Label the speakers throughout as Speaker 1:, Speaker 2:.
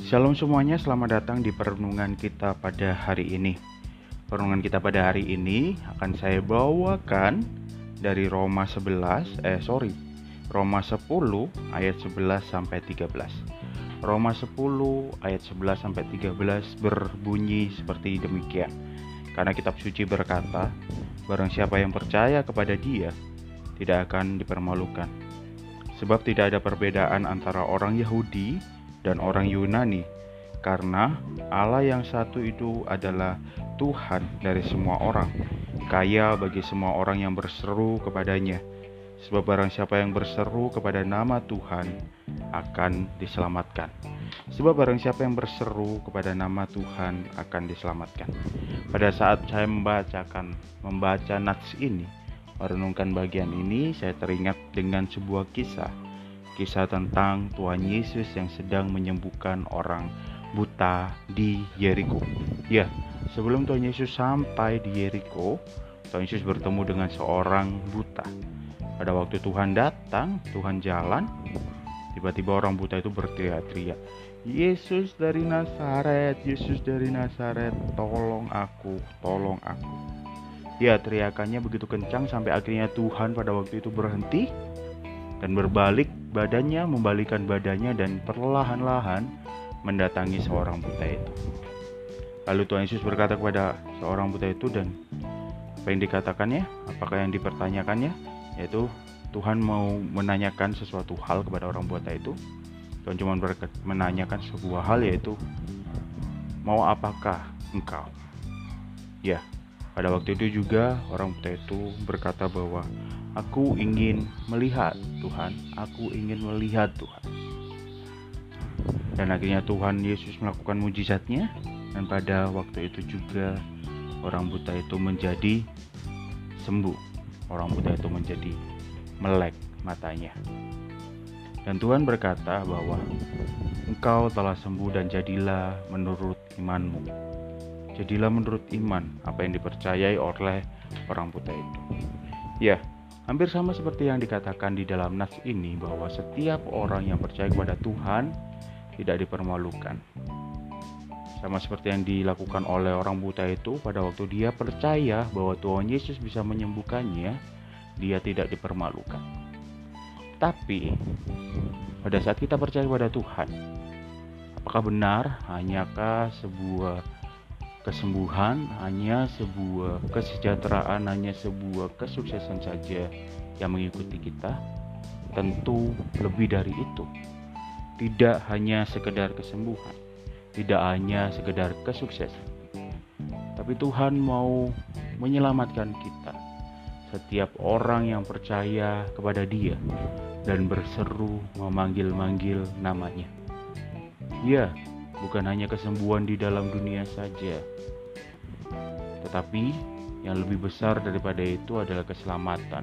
Speaker 1: Shalom semuanya, selamat datang di perenungan kita pada hari ini. Perenungan kita pada hari ini akan saya bawakan dari Roma 10 ayat 11 sampai 13. Roma 10 ayat 11 sampai 13 berbunyi seperti demikian. Karena kitab suci berkata, barang siapa yang percaya kepada Dia tidak akan dipermalukan. Sebab tidak ada perbedaan antara orang Yahudi dan orang Yunani, karena Allah yang satu itu adalah Tuhan dari semua orang, kaya bagi semua orang yang berseru kepadanya. Sebab barang siapa yang berseru kepada nama Tuhan akan diselamatkan. Sebab barang siapa yang berseru kepada nama Tuhan akan diselamatkan. Pada saat saya membaca nats ini, merenungkan bagian ini, saya teringat dengan sebuah kisah tentang Tuhan Yesus yang sedang menyembuhkan orang buta di Yeriko. Ya, sebelum Tuhan Yesus sampai di Yeriko, Tuhan Yesus bertemu dengan seorang buta. Pada waktu Tuhan datang, Tuhan jalan, tiba-tiba orang buta itu berteriak-teriak, Yesus dari Nazaret, Yesus dari Nazaret, tolong aku, tolong aku. Ya, teriakannya begitu kencang sampai akhirnya Tuhan pada waktu itu berhenti dan membalikan badannya dan perlahan-lahan mendatangi seorang buta itu. Lalu Tuhan Yesus berkata kepada seorang buta itu, dan apa yang dikatakannya, apakah yang dipertanyakannya, yaitu Tuhan mau menanyakan sesuatu hal kepada orang buta itu. Tuhan cuma menanyakan sebuah hal, yaitu mau apakah engkau? Ya, pada waktu itu juga orang buta itu berkata bahwa aku ingin melihat Tuhan, aku ingin melihat Tuhan. Dan akhirnya Tuhan Yesus melakukan mujizatnya, dan pada waktu itu juga orang buta itu menjadi sembuh. Orang buta itu menjadi melek matanya. Dan Tuhan berkata bahwa engkau telah sembuh dan jadilah menurut imanmu. Jadilah menurut iman apa yang dipercayai oleh orang buta itu. Ya, hampir sama seperti yang dikatakan di dalam nats ini, bahwa setiap orang yang percaya kepada Tuhan tidak dipermalukan. Sama seperti yang dilakukan oleh orang buta itu, pada waktu dia percaya bahwa Tuhan Yesus bisa menyembuhkannya, dia tidak dipermalukan. Tapi pada saat kita percaya kepada Tuhan, apakah benar hanyakah sebuah kesembuhan, hanya sebuah kesejahteraan, hanya sebuah kesuksesan saja yang mengikuti kita? Tentu lebih dari itu. Tidak hanya sekedar kesembuhan, tidak hanya sekedar kesuksesan, tapi Tuhan mau menyelamatkan kita, setiap orang yang percaya kepada Dia dan berseru memanggil-manggil namanya. Ya, bukan hanya kesembuhan di dalam dunia saja, tetapi yang lebih besar daripada itu adalah keselamatan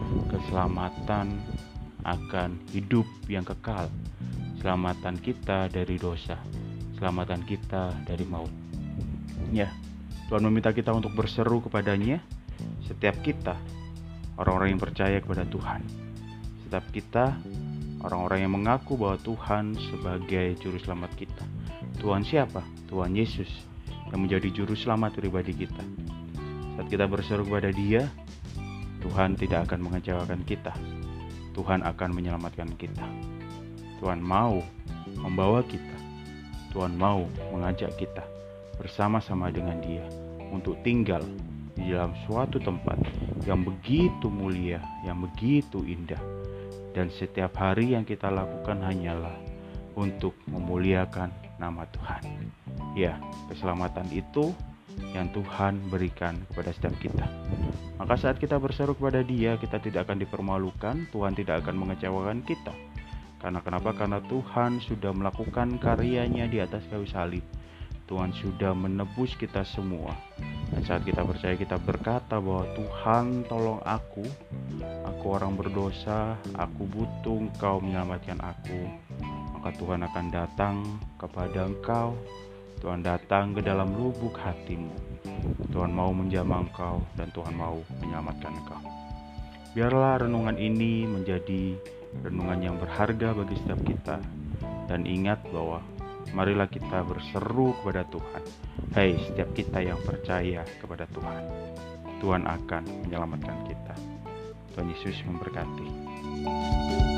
Speaker 1: akan hidup yang kekal, keselamatan kita dari dosa, keselamatan kita dari maut. Ya, Tuhan meminta kita untuk berseru kepadanya, setiap kita, orang-orang yang percaya kepada Tuhan, setiap kita, orang-orang yang mengaku bahwa Tuhan sebagai juru selamat kita. Tuhan siapa? Tuhan Yesus yang menjadi juru selamat pribadi kita. Saat kita berseru kepada Dia, Tuhan tidak akan mengecewakan kita. Tuhan akan menyelamatkan kita. Tuhan mau membawa kita. Tuhan mau mengajak kita bersama-sama dengan Dia untuk tinggal di dalam suatu tempat yang begitu mulia, yang begitu indah. Dan setiap hari yang kita lakukan hanyalah untuk memuliakan nama Tuhan. Ya, keselamatan itu yang Tuhan berikan kepada setiap kita. Maka saat kita berseru kepada Dia, kita tidak akan dipermalukan. Tuhan tidak akan mengecewakan kita. Karena kenapa? Karena Tuhan sudah melakukan karyanya di atas kayu salib. Tuhan sudah menebus kita semua. Dan saat kita percaya, kita berkata bahwa Tuhan, tolong aku orang berdosa, aku butuh Engkau menyelamatkan aku. Maka Tuhan akan datang kepada engkau. Tuhan datang ke dalam lubuk hatimu. Tuhan mau menjamah engkau, dan Tuhan mau menyelamatkan engkau. Biarlah renungan ini menjadi renungan yang berharga bagi setiap kita. Dan ingat bahwa marilah kita berseru kepada Tuhan. Hai setiap kita yang percaya kepada Tuhan, Tuhan akan menyelamatkan kita. Tuhan Yesus memberkati.